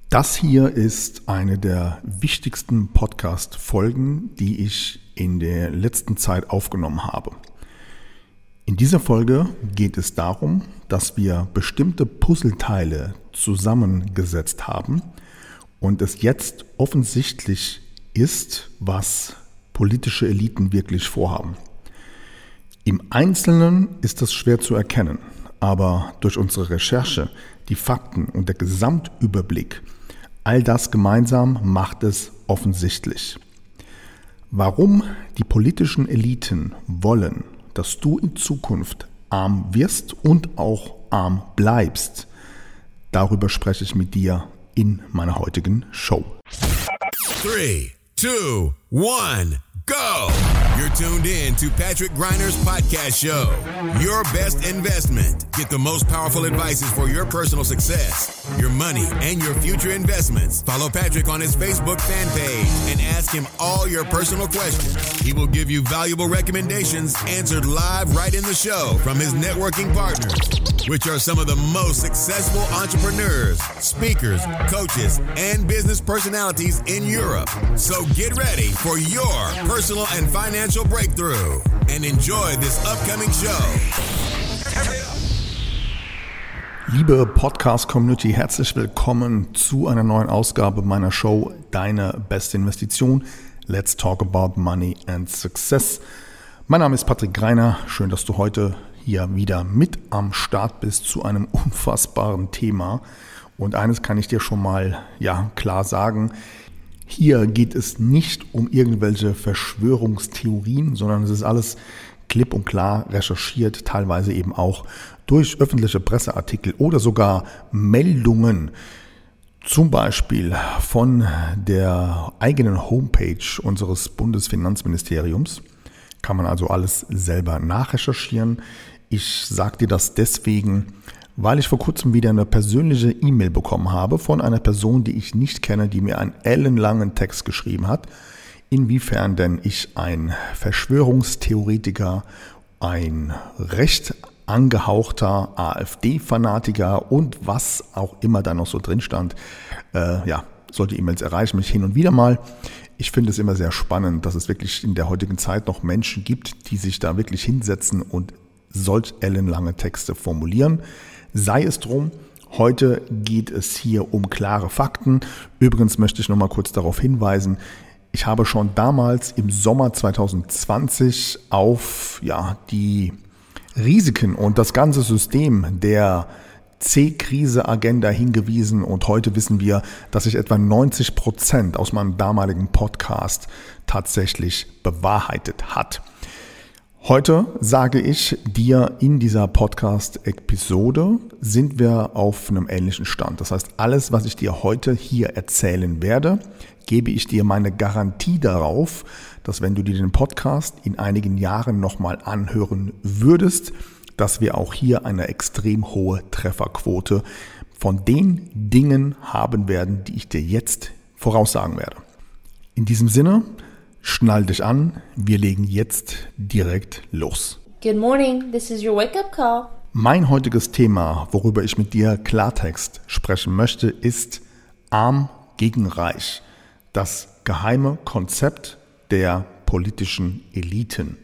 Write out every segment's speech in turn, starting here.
Das hier ist eine der wichtigsten Podcast-Folgen, die ich in der letzten Zeit aufgenommen habe. In dieser Folge geht es darum, dass wir bestimmte Puzzleteile zusammengesetzt haben und es jetzt offensichtlich ist, was politische Eliten wirklich vorhaben. Im Einzelnen ist das schwer zu erkennen, aber durch unsere Recherche, die Fakten und der Gesamtüberblick, all das gemeinsam macht es offensichtlich. Warum die politischen Eliten wollen, dass du in Zukunft arm wirst und auch arm bleibst, darüber spreche ich mit dir in meiner heutigen Show. 3, 2, 1, go! You're tuned in to Patrick Greiner's podcast show. Your best investment. Get the most powerful advices for your personal success, your money, and your future investments. Follow Patrick on his Facebook fan page and ask him all your personal questions. He will give you valuable recommendations answered live right in the show from his networking partners, which are some of the most successful entrepreneurs, speakers, coaches, and business personalities in Europe. So get ready for your personal and financial breakthrough and enjoy this upcoming show. Liebe Podcast-Community, herzlich willkommen zu einer neuen Ausgabe meiner Show Deine beste Investition. Let's talk about money and success. Mein Name ist Patrick Greiner. Schön, dass du heute hier wieder mit am Start bist zu einem unfassbaren Thema. Und eines kann ich dir schon mal klar sagen. Hier geht es nicht um irgendwelche Verschwörungstheorien, sondern es ist alles klipp und klar recherchiert, teilweise eben auch durch öffentliche Presseartikel oder sogar Meldungen, zum Beispiel von der eigenen Homepage unseres Bundesfinanzministeriums. Kann man also alles selber nachrecherchieren. Ich sage dir das deswegen, weil ich vor kurzem wieder eine persönliche E-Mail bekommen habe von einer Person, die ich nicht kenne, die mir einen ellenlangen Text geschrieben hat, inwiefern denn ich ein Verschwörungstheoretiker, ein recht angehauchter AfD-Fanatiker und was auch immer da noch so drin stand. Solche E-Mails erreichen mich hin und wieder mal. Ich finde es immer sehr spannend, dass es wirklich in der heutigen Zeit noch Menschen gibt, die sich da wirklich hinsetzen und solch ellenlange Texte formulieren. Sei es drum, heute geht es hier um klare Fakten. Übrigens möchte ich noch mal kurz darauf hinweisen, ich habe schon damals im Sommer 2020 auf die Risiken und das ganze System der C-Krise-Agenda hingewiesen und heute wissen wir, dass sich etwa 90% aus meinem damaligen Podcast tatsächlich bewahrheitet hat. Heute sage ich dir, in dieser Podcast-Episode sind wir auf einem ähnlichen Stand. Das heißt, alles, was ich dir heute hier erzählen werde, gebe ich dir meine Garantie darauf, dass wenn du dir den Podcast in einigen Jahren nochmal anhören würdest, dass wir auch hier eine extrem hohe Trefferquote von den Dingen haben werden, die ich dir jetzt voraussagen werde. In diesem Sinne, schnall dich an, wir legen jetzt direkt los. Good morning, this is your wake-up call. Mein heutiges Thema, worüber ich mit dir Klartext sprechen möchte, ist Arm gegen Reich. Das geheime Konzept der politischen Eliten.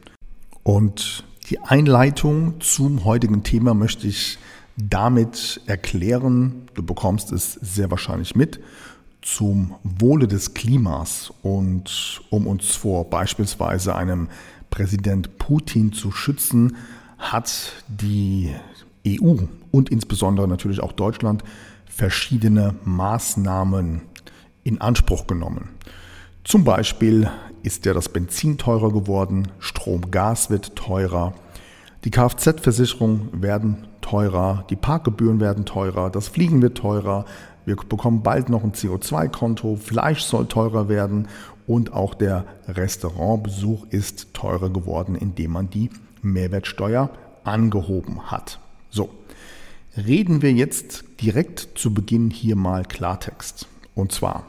Und die Einleitung zum heutigen Thema möchte ich damit erklären, du bekommst es sehr wahrscheinlich mit, zum Wohle des Klimas und um uns vor beispielsweise einem Präsident Putin zu schützen, hat die EU und insbesondere natürlich auch Deutschland verschiedene Maßnahmen in Anspruch genommen. Zum Beispiel ist ja das Benzin teurer geworden, Strom, Gas wird teurer, die Kfz-Versicherungen werden teurer, die Parkgebühren werden teurer, das Fliegen wird teurer, wir bekommen bald noch ein CO2-Konto, Fleisch soll teurer werden und auch der Restaurantbesuch ist teurer geworden, indem man die Mehrwertsteuer angehoben hat. So, reden wir jetzt direkt zu Beginn hier mal Klartext. Und zwar,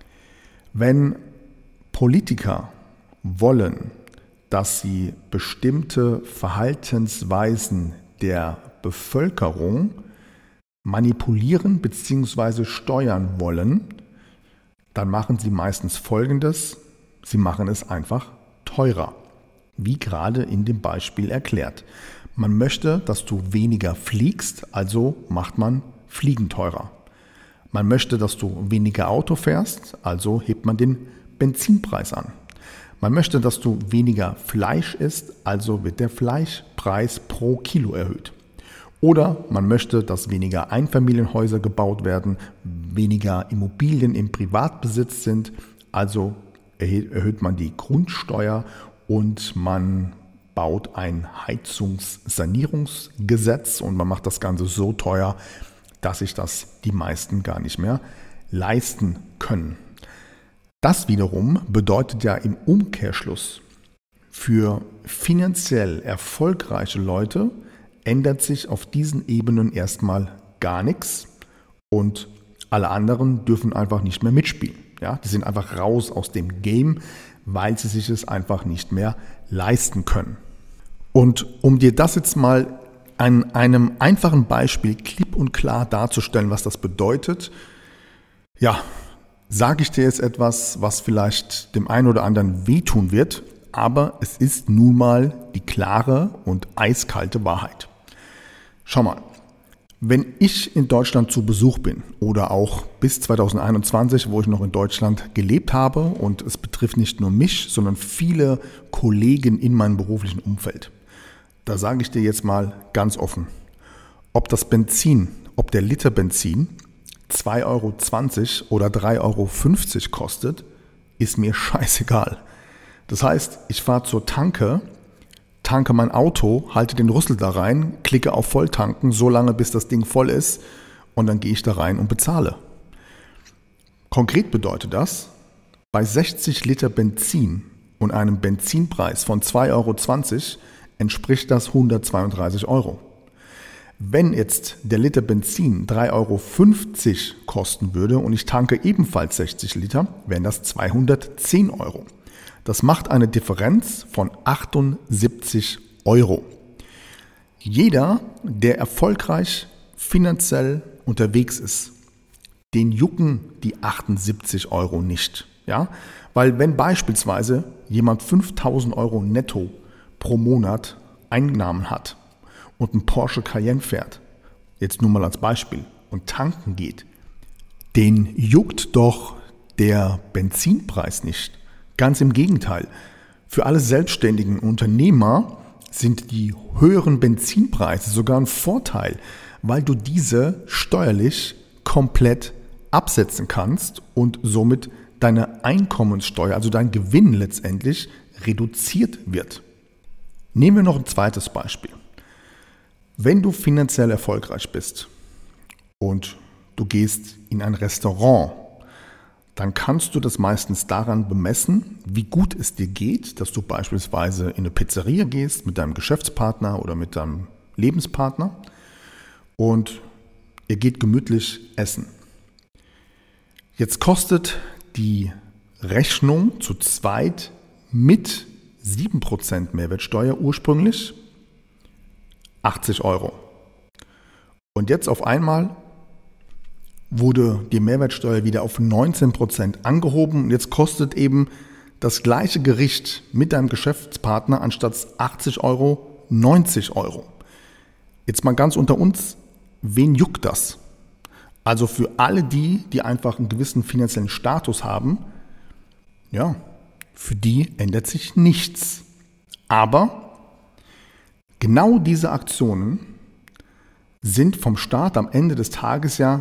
wenn Politiker wollen, dass sie bestimmte Verhaltensweisen der Bevölkerung manipulieren bzw. steuern wollen, dann machen sie meistens Folgendes: Sie machen es einfach teurer, wie gerade in dem Beispiel erklärt. Man möchte, dass du weniger fliegst, also macht man Fliegen teurer. Man möchte, dass du weniger Auto fährst, also hebt man den Benzinpreis an. Man möchte, dass du weniger Fleisch isst, also wird der Fleischpreis pro Kilo erhöht. Oder man möchte, dass weniger Einfamilienhäuser gebaut werden, weniger Immobilien im Privatbesitz sind, also erhöht man die Grundsteuer und man baut ein Heizungssanierungsgesetz und man macht das Ganze so teuer, dass sich das die meisten gar nicht mehr leisten können. Das wiederum bedeutet ja im Umkehrschluss, für finanziell erfolgreiche Leute ändert sich auf diesen Ebenen erstmal gar nichts und alle anderen dürfen einfach nicht mehr mitspielen. Ja, die sind einfach raus aus dem Game, weil sie sich es einfach nicht mehr leisten können. Und um dir das jetzt mal an einem einfachen Beispiel klipp und klar darzustellen, was das bedeutet, ja, sage ich dir jetzt etwas, was vielleicht dem einen oder anderen wehtun wird, aber es ist nun mal die klare und eiskalte Wahrheit. Schau mal, wenn ich in Deutschland zu Besuch bin oder auch bis 2021, wo ich noch in Deutschland gelebt habe, und es betrifft nicht nur mich, sondern viele Kollegen in meinem beruflichen Umfeld, da sage ich dir jetzt mal ganz offen, ob der Liter Benzin 2,20 € oder 3,50 € kostet, ist mir scheißegal. Das heißt, ich fahre zur tanke mein Auto, halte den Rüssel da rein, klicke auf Volltanken, so lange bis das Ding voll ist und dann gehe ich da rein und bezahle. Konkret bedeutet das, bei 60 Liter Benzin und einem Benzinpreis von 2,20 € entspricht das 132 €. Wenn jetzt der Liter Benzin 3,50 € kosten würde und ich tanke ebenfalls 60 Liter, wären das 210 €. Das macht eine Differenz von 78 €. Jeder, der erfolgreich finanziell unterwegs ist, den jucken die 78 € nicht. Ja? Weil wenn beispielsweise jemand 5.000 € netto pro Monat Einnahmen hat und einen Porsche Cayenne fährt, jetzt nur mal als Beispiel, und tanken geht, den juckt doch der Benzinpreis nicht. Ganz im Gegenteil. Für alle selbstständigen Unternehmer sind die höheren Benzinpreise sogar ein Vorteil, weil du diese steuerlich komplett absetzen kannst und somit deine Einkommenssteuer, also dein Gewinn letztendlich, reduziert wird. Nehmen wir noch ein zweites Beispiel. Wenn du finanziell erfolgreich bist und du gehst in ein Restaurant, dann kannst du das meistens daran bemessen, wie gut es dir geht, dass du beispielsweise in eine Pizzeria gehst mit deinem Geschäftspartner oder mit deinem Lebenspartner und ihr geht gemütlich essen. Jetzt kostet die Rechnung zu zweit mit 7% Mehrwertsteuer ursprünglich 80 €. Und jetzt auf einmal wurde die Mehrwertsteuer wieder auf 19% angehoben und jetzt kostet eben das gleiche Gericht mit deinem Geschäftspartner anstatt 80 € 90 €. Jetzt mal ganz unter uns, wen juckt das? Also für alle die einfach einen gewissen finanziellen Status haben, ja, für die ändert sich nichts. Aber genau diese Aktionen sind vom Staat am Ende des Tages ja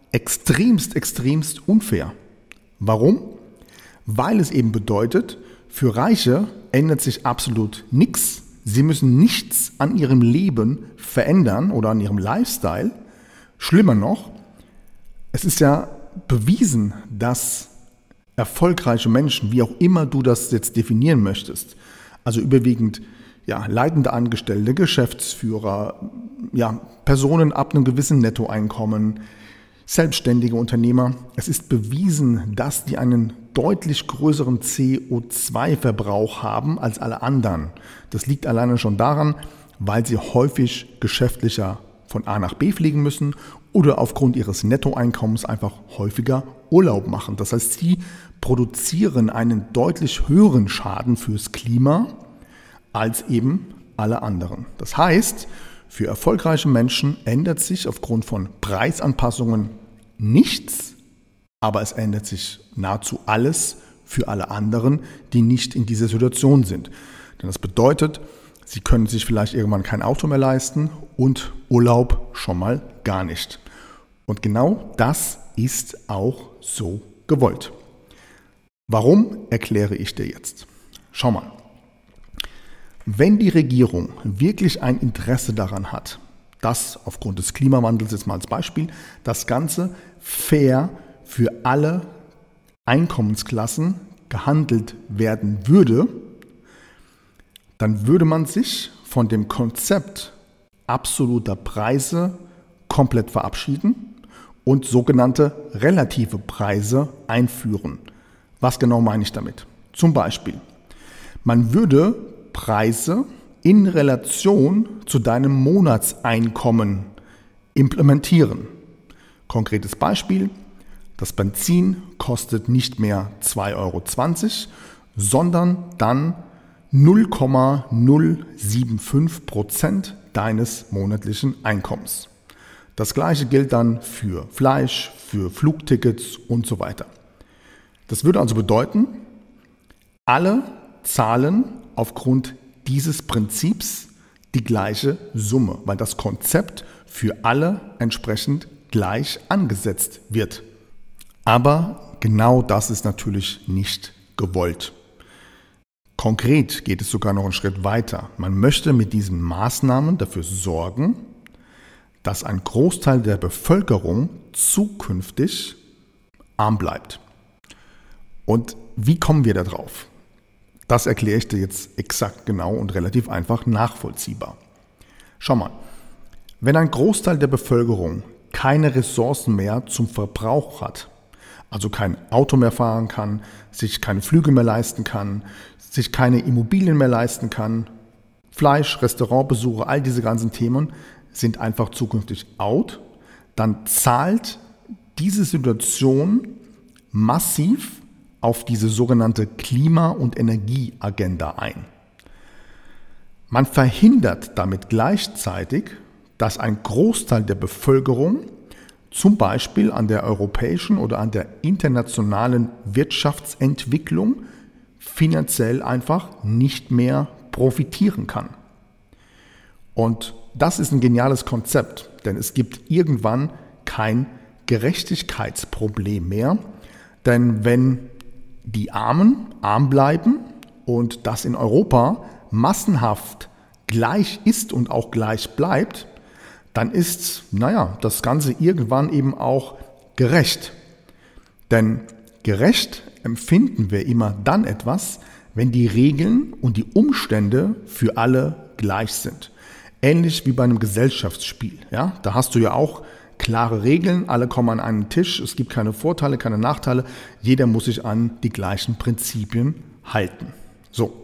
extremst unfair. Warum? Weil es eben bedeutet, für Reiche ändert sich absolut nichts. Sie müssen nichts an ihrem Leben verändern oder an ihrem Lifestyle. Schlimmer noch, es ist ja bewiesen, dass erfolgreiche Menschen, wie auch immer du das jetzt definieren möchtest, also überwiegend leitende Angestellte, Geschäftsführer, Personen ab einem gewissen Nettoeinkommen, selbstständige Unternehmer, es ist bewiesen, dass die einen deutlich größeren CO2-Verbrauch haben als alle anderen. Das liegt alleine schon daran, weil sie häufig geschäftlicher von A nach B fliegen müssen oder aufgrund ihres Nettoeinkommens einfach häufiger Urlaub machen. Das heißt, sie produzieren einen deutlich höheren Schaden fürs Klima als eben alle anderen. Das heißt, für erfolgreiche Menschen ändert sich aufgrund von Preisanpassungen nichts, aber es ändert sich nahezu alles für alle anderen, die nicht in dieser Situation sind. Denn das bedeutet, sie können sich vielleicht irgendwann kein Auto mehr leisten und Urlaub schon mal gar nicht. Und genau das ist auch so gewollt. Warum, erkläre ich dir jetzt. Schau mal. Wenn die Regierung wirklich ein Interesse daran hat, dass aufgrund des Klimawandels, jetzt mal als Beispiel, das Ganze fair für alle Einkommensklassen gehandelt werden würde, dann würde man sich von dem Konzept absoluter Preise komplett verabschieden und sogenannte relative Preise einführen. Was genau meine ich damit? Zum Beispiel, man würde Preise in Relation zu deinem Monatseinkommen implementieren. Konkretes Beispiel, das Benzin kostet nicht mehr 2,20 €, sondern dann 0,075% deines monatlichen Einkommens. Das gleiche gilt dann für Fleisch, für Flugtickets und so weiter. Das würde also bedeuten, alle zahlen aufgrund dieses Prinzips die gleiche Summe, weil das Konzept für alle entsprechend gleich angesetzt wird. Aber genau das ist natürlich nicht gewollt. Konkret geht es sogar noch einen Schritt weiter. Man möchte mit diesen Maßnahmen dafür sorgen, dass ein Großteil der Bevölkerung zukünftig arm bleibt. Und wie kommen wir da drauf? Das erkläre ich dir jetzt exakt genau und relativ einfach nachvollziehbar. Schau mal, wenn ein Großteil der Bevölkerung keine Ressourcen mehr zum Verbrauch hat, also kein Auto mehr fahren kann, sich keine Flüge mehr leisten kann, sich keine Immobilien mehr leisten kann, Fleisch, Restaurantbesuche, all diese ganzen Themen sind einfach zukünftig out, dann zahlt diese Situation massiv auf diese sogenannte Klima- und Energieagenda ein. Man verhindert damit gleichzeitig, dass ein Großteil der Bevölkerung zum Beispiel an der europäischen oder an der internationalen Wirtschaftsentwicklung finanziell einfach nicht mehr profitieren kann. Und das ist ein geniales Konzept, denn es gibt irgendwann kein Gerechtigkeitsproblem mehr, denn wenn die Armen arm bleiben und das in Europa massenhaft gleich ist und auch gleich bleibt, dann ist, das Ganze irgendwann eben auch gerecht. Denn gerecht empfinden wir immer dann etwas, wenn die Regeln und die Umstände für alle gleich sind. Ähnlich wie bei einem Gesellschaftsspiel. Ja? Da hast du ja auch klare Regeln, alle kommen an einen Tisch, es gibt keine Vorteile, keine Nachteile, jeder muss sich an die gleichen Prinzipien halten. So.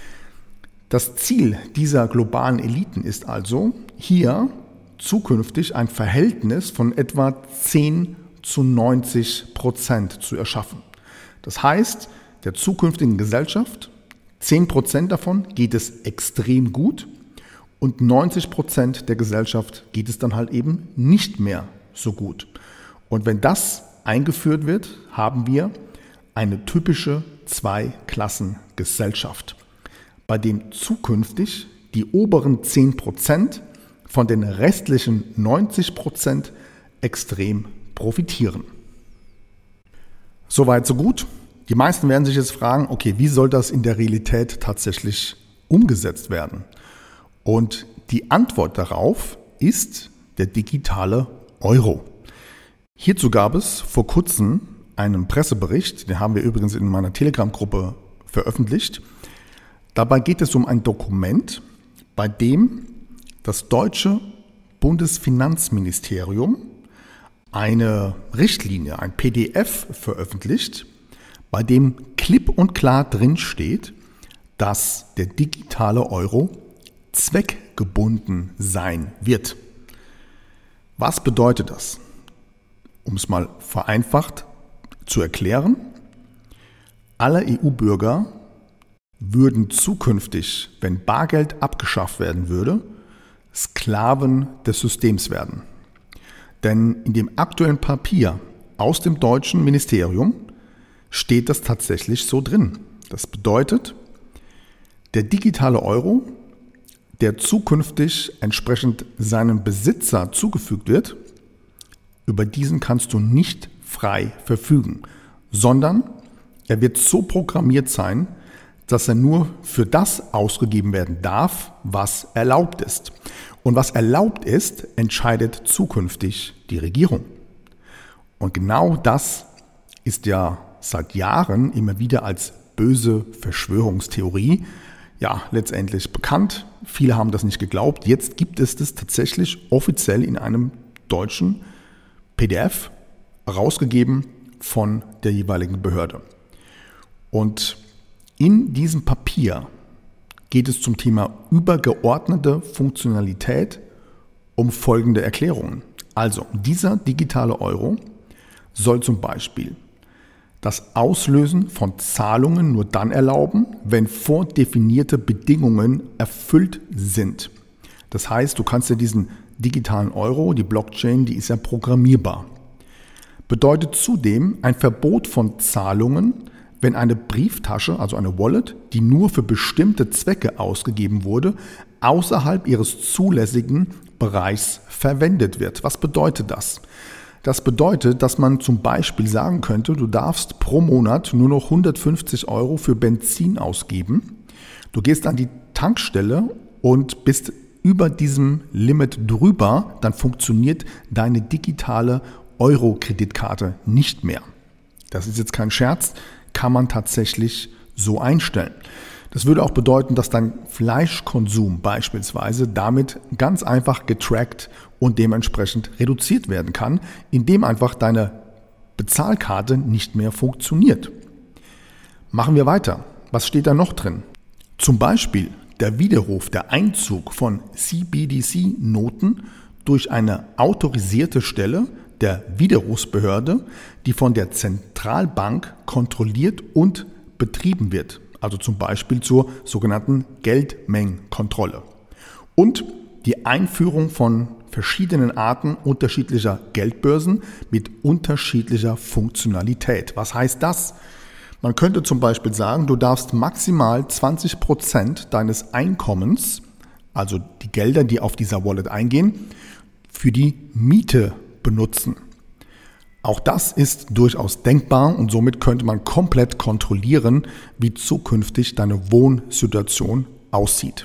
Das Ziel dieser globalen Eliten ist also, hier zukünftig ein Verhältnis von etwa 10:90% zu erschaffen. Das heißt, der zukünftigen Gesellschaft, 10% davon geht es extrem gut und 90% der Gesellschaft geht es dann halt eben nicht mehr so gut. Und wenn das eingeführt wird, haben wir eine typische Zweiklassengesellschaft, bei dem zukünftig die oberen 10% von den restlichen 90% extrem profitieren. Soweit, so gut. Die meisten werden sich jetzt fragen, okay, wie soll das in der Realität tatsächlich umgesetzt werden? Und die Antwort darauf ist der digitale Euro. Hierzu gab es vor kurzem einen Pressebericht, den haben wir übrigens in meiner Telegram-Gruppe veröffentlicht. Dabei geht es um ein Dokument, bei dem das deutsche Bundesfinanzministerium eine Richtlinie, ein PDF veröffentlicht, bei dem klipp und klar drin steht, dass der digitale Euro zweckgebunden sein wird. Was bedeutet das? Um es mal vereinfacht zu erklären, alle EU-Bürger würden zukünftig, wenn Bargeld abgeschafft werden würde, Sklaven des Systems werden. Denn in dem aktuellen Papier aus dem deutschen Ministerium steht das tatsächlich so drin. Das bedeutet, der digitale Euro, der zukünftig entsprechend seinem Besitzer zugefügt wird, über diesen kannst du nicht frei verfügen, sondern er wird so programmiert sein, dass er nur für das ausgegeben werden darf, was erlaubt ist. Und was erlaubt ist, entscheidet zukünftig die Regierung. Und genau das ist ja seit Jahren immer wieder als böse Verschwörungstheorie letztendlich bekannt. Viele haben das nicht geglaubt. Jetzt gibt es das tatsächlich offiziell in einem deutschen PDF herausgegeben von der jeweiligen Behörde. Und in diesem Papier geht es zum Thema übergeordnete Funktionalität um folgende Erklärungen. Also, dieser digitale Euro soll zum Beispiel das Auslösen von Zahlungen nur dann erlauben, wenn vordefinierte Bedingungen erfüllt sind. Das heißt, du kannst ja diesen digitalen Euro, die Blockchain, die ist ja programmierbar. Bedeutet zudem ein Verbot von Zahlungen, wenn eine Brieftasche, also eine Wallet, die nur für bestimmte Zwecke ausgegeben wurde, außerhalb ihres zulässigen Bereichs verwendet wird. Was bedeutet das? Das bedeutet, dass man zum Beispiel sagen könnte, du darfst pro Monat nur noch 150 € für Benzin ausgeben. Du gehst an die Tankstelle und bist über diesem Limit drüber, dann funktioniert deine digitale Euro-Kreditkarte nicht mehr. Das ist jetzt kein Scherz, kann man tatsächlich so einstellen. Das würde auch bedeuten, dass dein Fleischkonsum beispielsweise damit ganz einfach getrackt und dementsprechend reduziert werden kann, indem einfach deine Bezahlkarte nicht mehr funktioniert. Machen wir weiter. Was steht da noch drin? Zum Beispiel der Widerruf, der Einzug von CBDC-Noten durch eine autorisierte Stelle der Widerrufsbehörde, die von der Zentralbank kontrolliert und betrieben wird. Also zum Beispiel zur sogenannten Geldmengenkontrolle. Und die Einführung von verschiedenen Arten unterschiedlicher Geldbörsen mit unterschiedlicher Funktionalität. Was heißt das? Man könnte zum Beispiel sagen, du darfst maximal 20% deines Einkommens, also die Gelder, die auf dieser Wallet eingehen, für die Miete benutzen. Auch das ist durchaus denkbar und somit könnte man komplett kontrollieren, wie zukünftig deine Wohnsituation aussieht.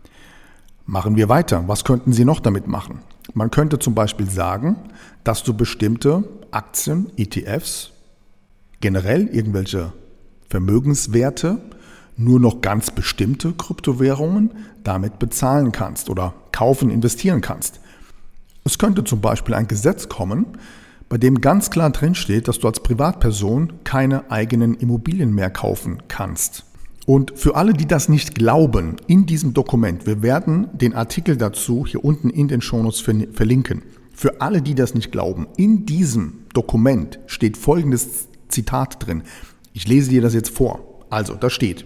Machen wir weiter. Was könnten Sie noch damit machen? Man könnte zum Beispiel sagen, dass du bestimmte Aktien, ETFs, generell irgendwelche Vermögenswerte, nur noch ganz bestimmte Kryptowährungen damit bezahlen kannst oder kaufen, investieren kannst. Es könnte zum Beispiel ein Gesetz kommen, bei dem ganz klar drinsteht, dass du als Privatperson keine eigenen Immobilien mehr kaufen kannst. Und für alle, die das nicht glauben, in diesem Dokument, wir werden den Artikel dazu hier unten in den Shownotes verlinken. Für alle, die das nicht glauben, in diesem Dokument steht folgendes Zitat drin. Ich lese dir das jetzt vor. Also, da steht: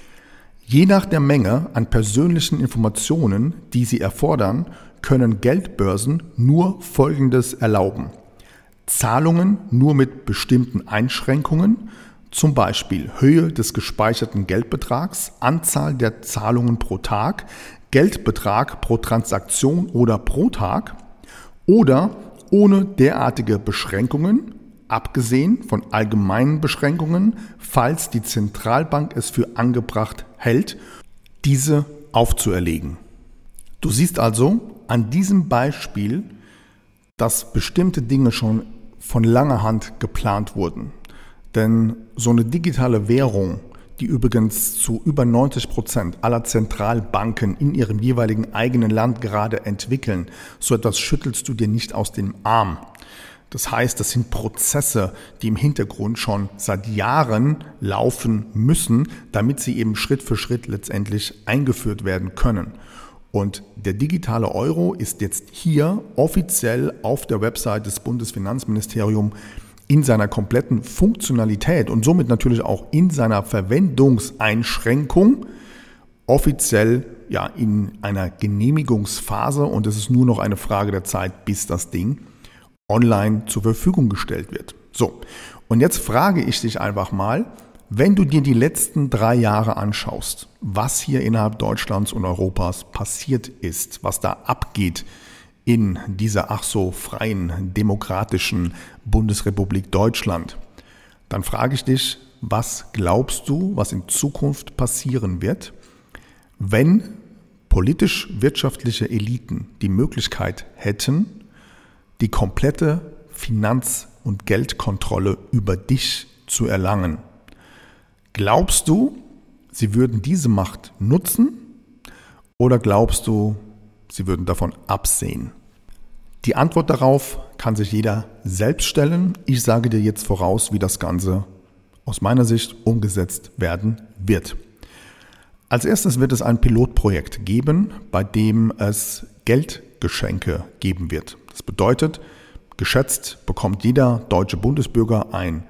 Je nach der Menge an persönlichen Informationen, die sie erfordern, können Geldbörsen nur Folgendes erlauben: Zahlungen nur mit bestimmten Einschränkungen, zum Beispiel Höhe des gespeicherten Geldbetrags, Anzahl der Zahlungen pro Tag, Geldbetrag pro Transaktion oder pro Tag, oder ohne derartige Beschränkungen, abgesehen von allgemeinen Beschränkungen, falls die Zentralbank es für angebracht hält, diese aufzuerlegen. Du siehst also an diesem Beispiel, dass bestimmte Dinge schon von langer Hand geplant wurden. Denn so eine digitale Währung, die übrigens zu über 90% aller Zentralbanken in ihrem jeweiligen eigenen Land gerade entwickeln, so etwas schüttelst du dir nicht aus dem Arm. Das heißt, das sind Prozesse, die im Hintergrund schon seit Jahren laufen müssen, damit sie eben Schritt für Schritt letztendlich eingeführt werden können. Und der digitale Euro ist jetzt hier offiziell auf der Website des Bundesfinanzministeriums in seiner kompletten Funktionalität und somit natürlich auch in seiner Verwendungseinschränkung offiziell in einer Genehmigungsphase, und es ist nur noch eine Frage der Zeit, bis das Ding online zur Verfügung gestellt wird. So, und jetzt frage ich dich einfach mal, wenn du dir die letzten 3 Jahre anschaust, was hier innerhalb Deutschlands und Europas passiert ist, was da abgeht in dieser ach so freien, demokratischen Bundesrepublik Deutschland, dann frage ich dich, was glaubst du, was in Zukunft passieren wird, wenn politisch-wirtschaftliche Eliten die Möglichkeit hätten, die komplette Finanz- und Geldkontrolle über dich zu erlangen? Glaubst du, sie würden diese Macht nutzen oder glaubst du, sie würden davon absehen? Die Antwort darauf kann sich jeder selbst stellen. Ich sage dir jetzt voraus, wie das Ganze aus meiner Sicht umgesetzt werden wird. Als erstes wird es ein Pilotprojekt geben, bei dem es Geldgeschenke geben wird. Das bedeutet, geschätzt bekommt jeder deutsche Bundesbürger ein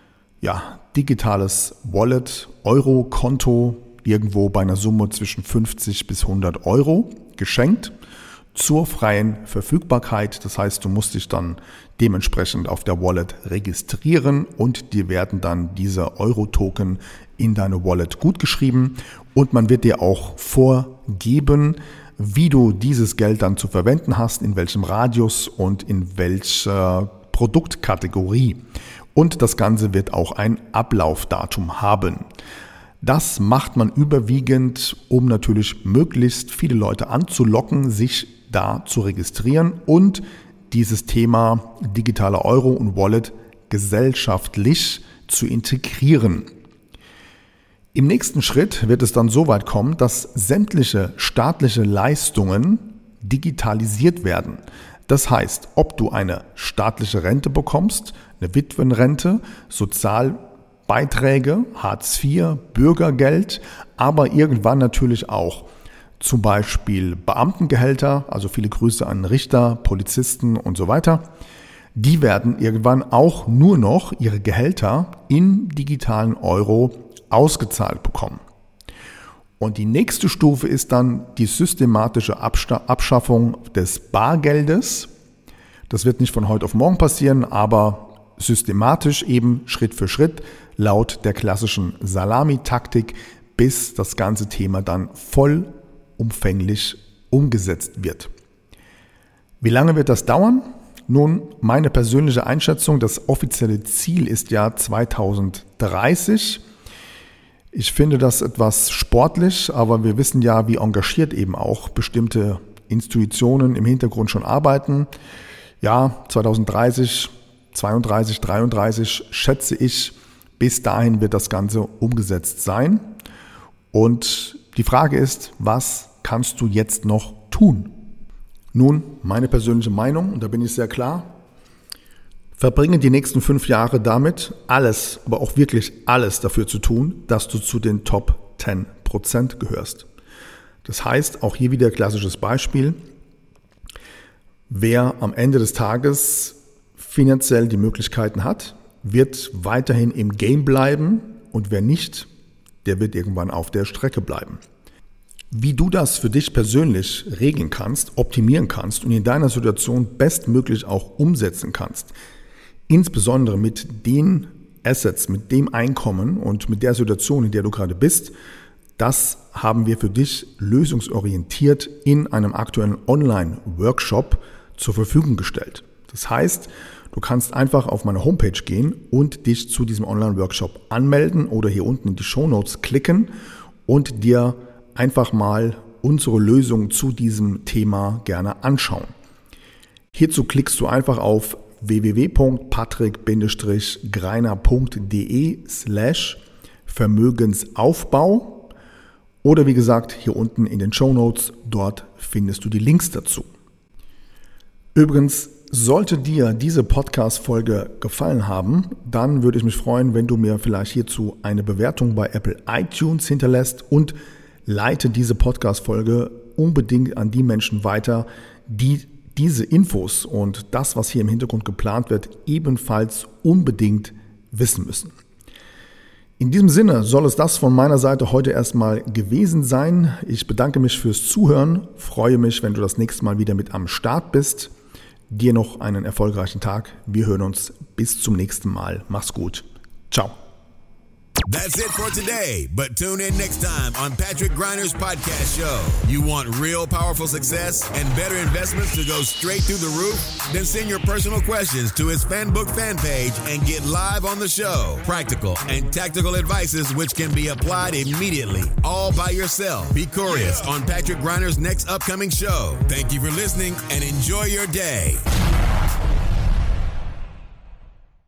digitales Wallet, Euro-Konto, irgendwo bei einer Summe zwischen 50 bis 100 Euro geschenkt zur freien Verfügbarkeit. Das heißt, du musst dich dann dementsprechend auf der Wallet registrieren und dir werden dann diese Euro-Token in deine Wallet gutgeschrieben und man wird dir auch vorgeben, wie du dieses Geld dann zu verwenden hast, in welchem Radius und in welcher Produktkategorie. Und das Ganze wird auch ein Ablaufdatum haben. Das macht man überwiegend, um natürlich möglichst viele Leute anzulocken, sich da zu registrieren und dieses Thema digitaler Euro und Wallet gesellschaftlich zu integrieren. Im nächsten Schritt wird es dann so weit kommen, dass sämtliche staatliche Leistungen digitalisiert werden. Das heißt, ob du eine staatliche Rente bekommst, eine Witwenrente, Sozialbeiträge, Hartz IV, Bürgergeld, aber irgendwann natürlich auch zum Beispiel Beamtengehälter, also viele Grüße an Richter, Polizisten und so weiter, die werden irgendwann auch nur noch ihre Gehälter in digitalen Euro ausgezahlt bekommen. Und die nächste Stufe ist dann die systematische Abschaffung des Bargeldes. Das wird nicht von heute auf morgen passieren, aber systematisch eben Schritt für Schritt laut der klassischen Salamitaktik, bis das ganze Thema dann vollumfänglich umgesetzt wird. Wie lange wird das dauern? Nun, meine persönliche Einschätzung, das offizielle Ziel ist ja 2030. Ich finde das etwas sportlich, aber wir wissen ja, wie engagiert eben auch bestimmte Institutionen im Hintergrund schon arbeiten. Ja, 2030, 32, 33 schätze ich, bis dahin wird das Ganze umgesetzt sein. Und die Frage ist, was kannst du jetzt noch tun? Nun, meine persönliche Meinung, und da bin ich sehr klar, verbringe die nächsten 5 Jahre damit, alles, aber auch wirklich alles dafür zu tun, dass du zu den Top 10% gehörst. Das heißt, auch hier wieder klassisches Beispiel, wer am Ende des Tages finanziell die Möglichkeiten hat, wird weiterhin im Game bleiben und wer nicht, der wird irgendwann auf der Strecke bleiben. Wie du das für dich persönlich regeln kannst, optimieren kannst und in deiner Situation bestmöglich auch umsetzen kannst, insbesondere mit den Assets, mit dem Einkommen und mit der Situation, in der du gerade bist, das haben wir für dich lösungsorientiert in einem aktuellen Online-Workshop zur Verfügung gestellt. Das heißt, du kannst einfach auf meine Homepage gehen und dich zu diesem Online-Workshop anmelden oder hier unten in die Shownotes klicken und dir einfach mal unsere Lösung zu diesem Thema gerne anschauen. Hierzu klickst du einfach auf www.patrick-greiner.de/Vermögensaufbau oder wie gesagt hier unten in den Shownotes, dort findest du die Links dazu. Übrigens, sollte dir diese Podcast-Folge gefallen haben, dann würde ich mich freuen, wenn du mir vielleicht hierzu eine Bewertung bei Apple iTunes hinterlässt und leite diese Podcast-Folge unbedingt an die Menschen weiter, die diese Infos und das, was hier im Hintergrund geplant wird, ebenfalls unbedingt wissen müssen. In diesem Sinne soll es das von meiner Seite heute erstmal gewesen sein. Ich bedanke mich fürs Zuhören, freue mich, wenn du das nächste Mal wieder mit am Start bist. Dir noch einen erfolgreichen Tag. Wir hören uns bis zum nächsten Mal. Mach's gut. Ciao. That's it for today, but tune in next time on Patrick Griner's podcast show. You want real powerful success and better investments to go straight through the roof? Then send your personal questions to his FanBook fan page and get live on the show. Practical and tactical advices which can be applied immediately, all by yourself. Be curious on Patrick Griner's next upcoming show. Thank you for listening and enjoy your day.